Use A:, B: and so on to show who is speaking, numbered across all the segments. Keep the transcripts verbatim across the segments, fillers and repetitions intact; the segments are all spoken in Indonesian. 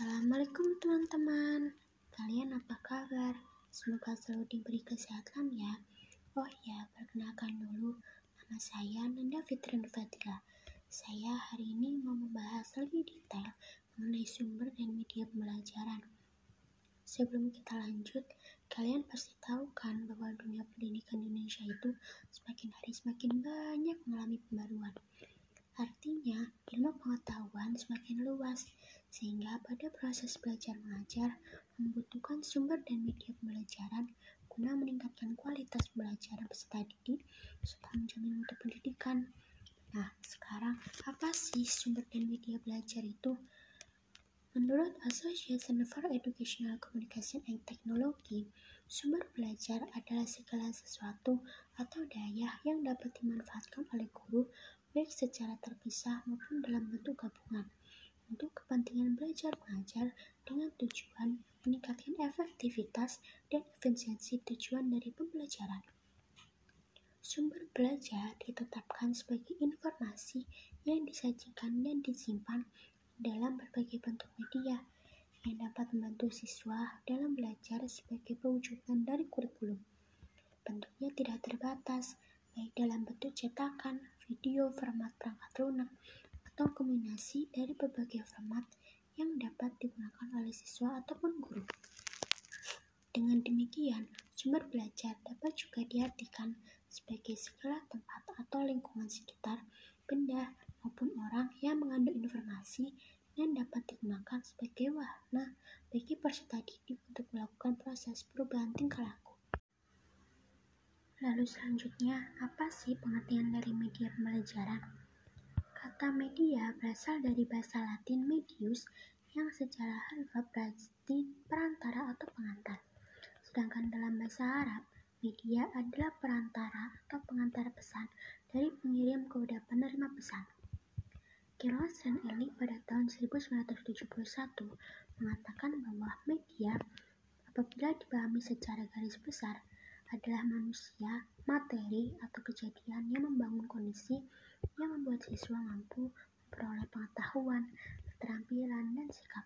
A: Assalamualaikum teman-teman. Kalian apa kabar? Semoga selalu diberi kesehatan ya. Oh ya, perkenalkan dulu, nama saya Nanda Fitri Nur Fadila. Saya hari ini mau membahas lebih detail mengenai sumber dan media pembelajaran. Sebelum kita lanjut, kalian pasti tahu kan bahwa dunia pendidikan di Indonesia itu semakin hari semakin banyak mengalami pembaruan. Artinya, ilmu pengetahuan semakin luas, sehingga pada proses belajar mengajar membutuhkan sumber dan media pembelajaran guna meningkatkan kualitas belajar peserta didik serta menjamin mutu pendidikan. Nah, sekarang apa sih sumber dan media belajar itu? Menurut Association for Educational Communication and Technology, sumber belajar adalah segala sesuatu atau daya yang dapat dimanfaatkan oleh guru baik secara terpisah maupun dalam bentuk gabungan untuk kepentingan belajar mengajar dengan tujuan meningkatkan efektivitas dan efisiensi tujuan dari pembelajaran. Sumber belajar ditetapkan sebagai informasi yang disajikan dan disimpan dalam berbagai bentuk media yang dapat membantu siswa dalam belajar sebagai pewujudan dari kurikulum. Bentuknya tidak terbatas, baik dalam bentuk cetakan, video, format perangkat lunak, atau kombinasi dari berbagai format yang dapat digunakan oleh siswa ataupun guru. Dengan demikian, sumber belajar dapat juga diartikan sebagai segala tempat atau lingkungan sekitar, benda, maupun orang yang mengandung informasi dan dapat digunakan sebagai wahana bagi peserta didik untuk melakukan proses perubahan tingkah laku. Lalu selanjutnya, apa sih pengertian dari media pembelajaran? Kata media berasal dari bahasa Latin medius yang secara harfiah berarti perantara atau pengantar. Sedangkan dalam bahasa Arab, media adalah perantara atau pengantar pesan dari pengirim kepada penerima pesan. Charles Ely pada tahun seribu sembilan ratus tujuh puluh satu mengatakan bahwa media, apabila dipahami secara garis besar, adalah manusia, materi, atau kejadian yang membangun kondisi yang membuat siswa mampu memperoleh pengetahuan, keterampilan, dan sikap.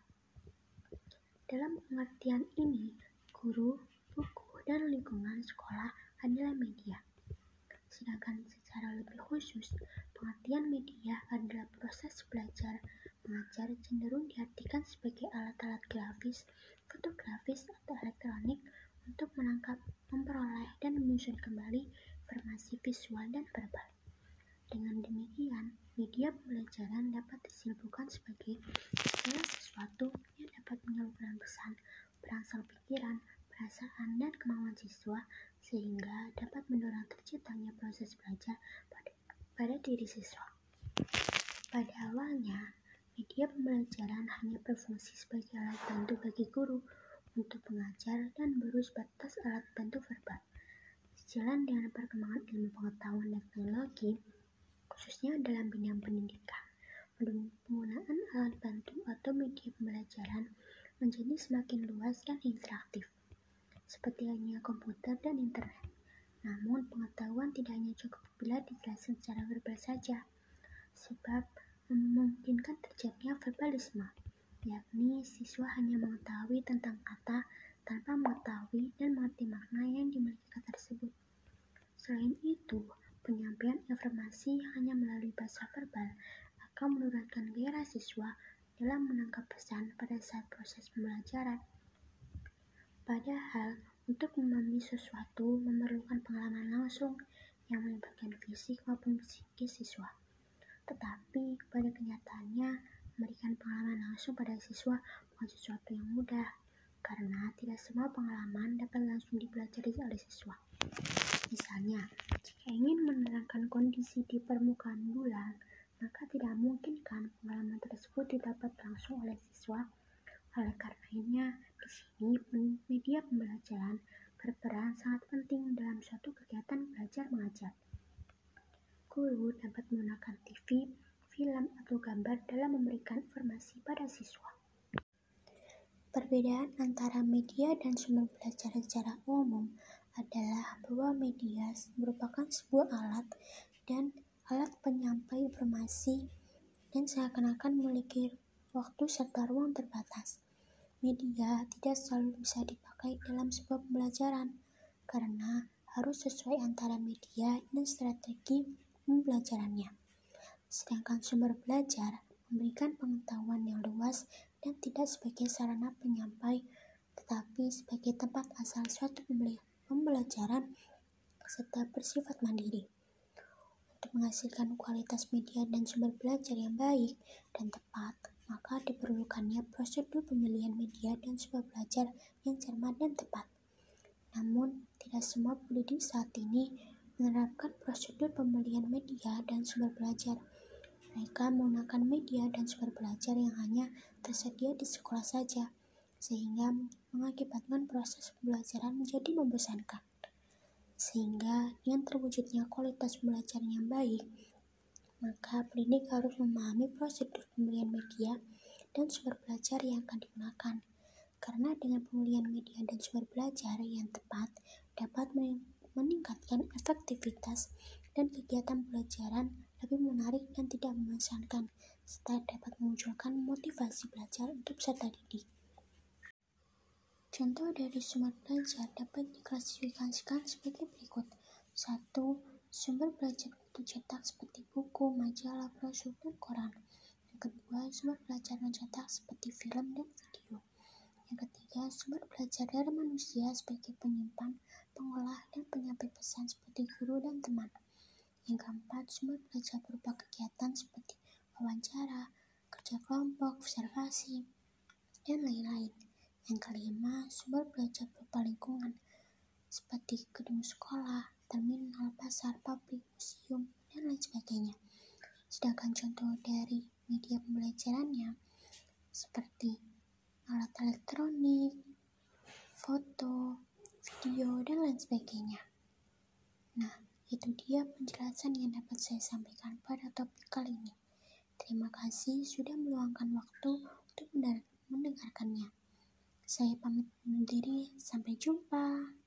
A: Dalam pengertian ini, guru, buku, dan lingkungan sekolah adalah media. Sedangkan secara lebih khusus, pengertian media adalah proses belajar mengajar cenderung diartikan sebagai alat-alat grafis, fotografis, atau elektronik untuk menangkap, memperoleh, dan menyusun kembali informasi visual dan verbal. Dengan demikian, media pembelajaran dapat disimpulkan sebagai segala sesuatu yang dapat menyalurkan pesan, merangsang pikiran, perasaan, dan kemauan siswa sehingga dapat mendorong terciptanya proses belajar pada, pada diri siswa. Pada awalnya, media pembelajaran hanya berfungsi sebagai alat bantu bagi guru untuk mengajar dan baru sebatas alat bantu verbal. Sejalan dengan perkembangan ilmu pengetahuan dan teknologi, khususnya dalam bidang pendidikan, penggunaan alat bantu atau media pembelajaran menjadi semakin luas dan interaktif, seperti halnya komputer dan internet. Namun, pengetahuan tidak hanya cukup bila dijelaskan secara verbal saja, sebab memungkinkan terjadinya verbalisme, yakni siswa hanya mengetahui tentang kata tanpa mengetahui dan mengerti makna yang dimiliki kata tersebut. Selain itu, penyampaian informasi hanya melalui bahasa verbal akan menurunkan gairah siswa dalam menangkap pesan pada saat proses pembelajaran. Padahal, untuk memahami sesuatu memerlukan pengalaman langsung yang melibatkan fisik maupun psikis siswa. Tetapi, pada kenyataannya, memberikan pengalaman langsung pada siswa bukan sesuatu yang mudah, karena tidak semua pengalaman dapat langsung dipelajari oleh siswa. Misalnya, jika ingin menerangkan kondisi di permukaan bulan, maka tidak mungkin kan pengalaman tersebut didapat langsung oleh siswa. Oleh karenanya, di sini media pembelajaran berperan sangat penting dalam suatu kegiatan belajar mengajar. Guru dapat menggunakan T V, film, atau gambar dalam memberikan informasi pada siswa. Perbedaan antara media dan sumber belajar secara umum adalah bahwa media merupakan sebuah alat dan alat penyampai informasi dan seakan-akan memiliki waktu serta ruang terbatas. media tidak selalu bisa dipakai dalam sebuah pembelajaran, karena harus sesuai antara media dan strategi pembelajarannya. Sedangkan sumber belajar memberikan pengetahuan yang luas dan tidak sebagai sarana penyampai, tetapi sebagai tempat asal suatu pembelajaran serta bersifat mandiri. Untuk menghasilkan kualitas media dan sumber belajar yang baik dan tepat, maka diperlukannya prosedur pemilihan media dan sumber belajar yang cermat dan tepat. Namun, tidak semua pendidik saat ini menerapkan prosedur pemilihan media dan sumber belajar. Mereka menggunakan media dan sumber belajar yang hanya tersedia di sekolah saja, sehingga mengakibatkan proses pembelajaran menjadi membosankan. Sehingga dengan terwujudnya kualitas pembelajaran yang baik, maka pendidik harus memahami prosedur pemilihan media dan sumber belajar yang akan digunakan. Karena dengan pemilihan media dan sumber belajar yang tepat dapat meningkatkan efektivitas dan kegiatan pembelajaran lebih menarik dan tidak membosankan, serta dapat memunculkan motivasi belajar untuk peserta didik. Contoh dari sumber belajar dapat diklasifikasikan sebagai berikut. satu. Sumber belajar bentuk cetak seperti buku, majalah, brosur, dan koran. Yang kedua, sumber belajar non-cetak seperti film dan video. Yang ketiga, sumber belajar dari manusia sebagai penyimpan, pengolah, dan penyampai pesan seperti guru dan teman. Yang keempat, sumber belajar berupa kegiatan seperti wawancara, kerja kelompok, observasi, dan lain-lain. Yang kelima, sumber belajar berupa lingkungan, seperti gedung sekolah, terminal, pasar, pabrik, museum, dan lain sebagainya. Sedangkan contoh dari media pembelajarannya, seperti alat elektronik, foto, video, dan lain sebagainya. Nah, itu dia penjelasan yang dapat saya sampaikan pada topik kali ini. Terima kasih sudah meluangkan waktu untuk mendengarkannya. Saya pamit undur diri, sampai jumpa.